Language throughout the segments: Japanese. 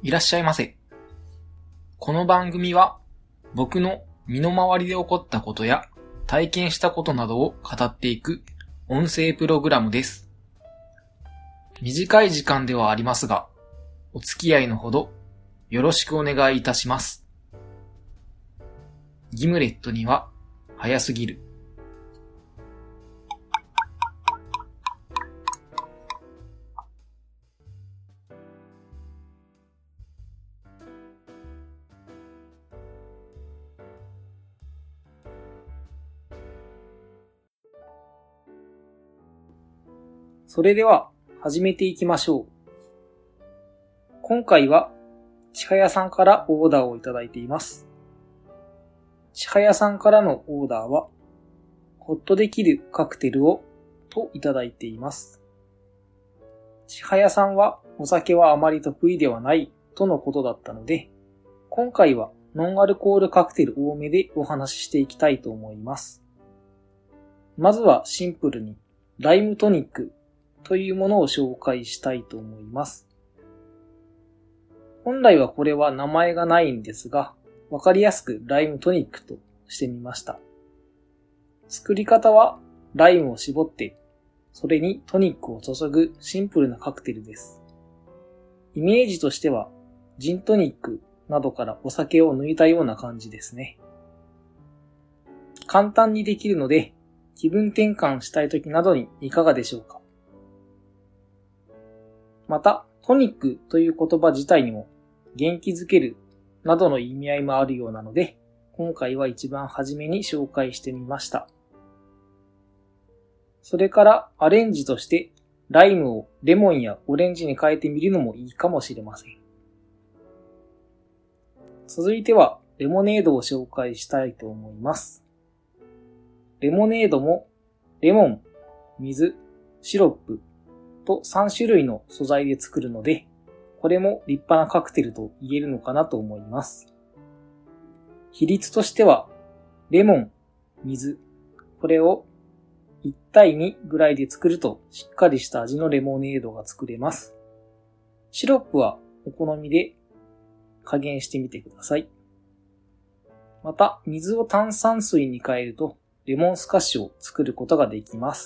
いらっしゃいませ。この番組は僕の身の回りで起こったことや体験したことなどを語っていく音声プログラムです。短い時間ではありますが、お付き合いのほどよろしくお願いいたします。ギムレットには早すぎる。それでは始めていきましょう。今回はちはやさんからオーダーをいただいています。ちはやさんからのオーダーはホッとできるカクテルをといただいています。ちはやさんはお酒はあまり得意ではないとのことだったので、今回はノンアルコールカクテル多めでお話ししていきたいと思います。まずはシンプルにライムトニックというものを紹介したいと思います。本来はこれは名前がないんですが、わかりやすくライムトニックとしてみました。作り方はライムを絞って、それにトニックを注ぐシンプルなカクテルです。イメージとしてはジントニックなどからお酒を抜いたような感じですね。簡単にできるので、気分転換したい時などにいかがでしょうか。また、トニックという言葉自体にも元気づけるなどの意味合いもあるようなので、今回は一番初めに紹介してみました。それからアレンジとしてライムをレモンやオレンジに変えてみるのもいいかもしれません。続いてはレモネードを紹介したいと思います。レモネードもレモン、水、シロップと3種類の素材で作るので、これも立派なカクテルと言えるのかなと思います。比率としては、レモン、水、これを1対2ぐらいで作るとしっかりした味のレモネードが作れます。シロップはお好みで加減してみてください。また、水を炭酸水に変えるとレモンスカッシュを作ることができます。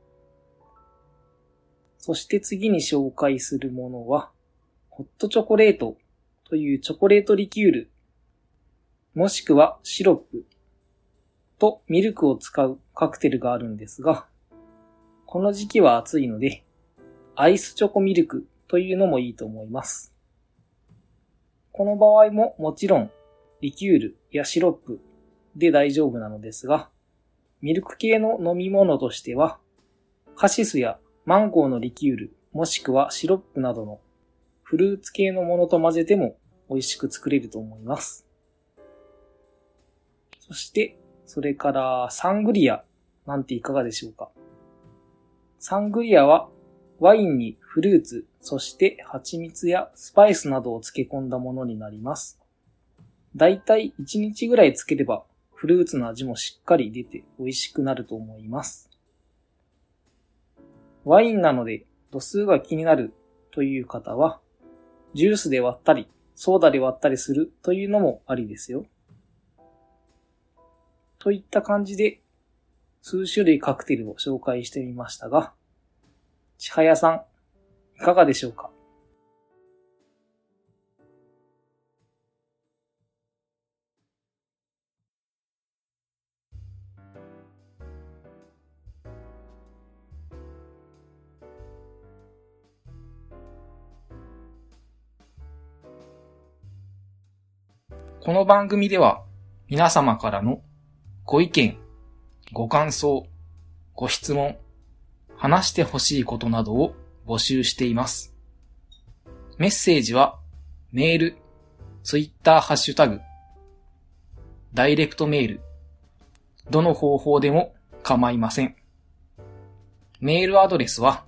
そして次に紹介するものは、ホットチョコレートというチョコレートリキュール、もしくはシロップとミルクを使うカクテルがあるんですが、この時期は暑いので、アイスチョコミルクというのもいいと思います。この場合ももちろんリキュールやシロップで大丈夫なのですが、ミルク系の飲み物としては、カシスやマンゴーのリキュールもしくはシロップなどのフルーツ系のものと混ぜても美味しく作れると思います。そして、それからサングリアなんていかがでしょうか。サングリアはワインにフルーツ、そして蜂蜜やスパイスなどを漬け込んだものになります。だいたい1日ぐらい漬ければフルーツの味もしっかり出て美味しくなると思います。ワインなので度数が気になるという方は、ジュースで割ったり、ソーダで割ったりするというのもありですよ。といった感じで、数種類カクテルを紹介してみましたが、ちはやさん、いかがでしょうか？この番組では皆様からのご意見、ご感想、ご質問、話してほしいことなどを募集しています。メッセージはメール、ツイッターハッシュタグ、ダイレクトメール、どの方法でも構いません。メールアドレスは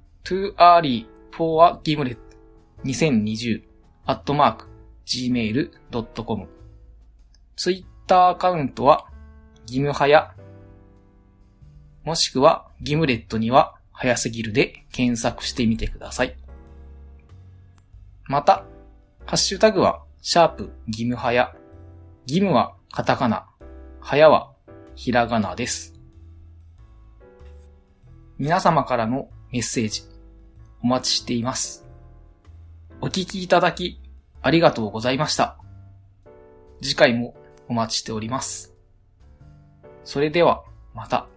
tooearlyforgimlet2020@gmail.com。ツイッターアカウントはギムハヤ、もしくはギムレットには早すぎるで検索してみてください。また、ハッハッシュタグは、シャープ義務はや。義務はカタカナ、はやはひらがなです。皆様からのメッセージ、お待ちしています。お聞きいただき、ありがとうございました。次回もお待ちしております。それでは、また。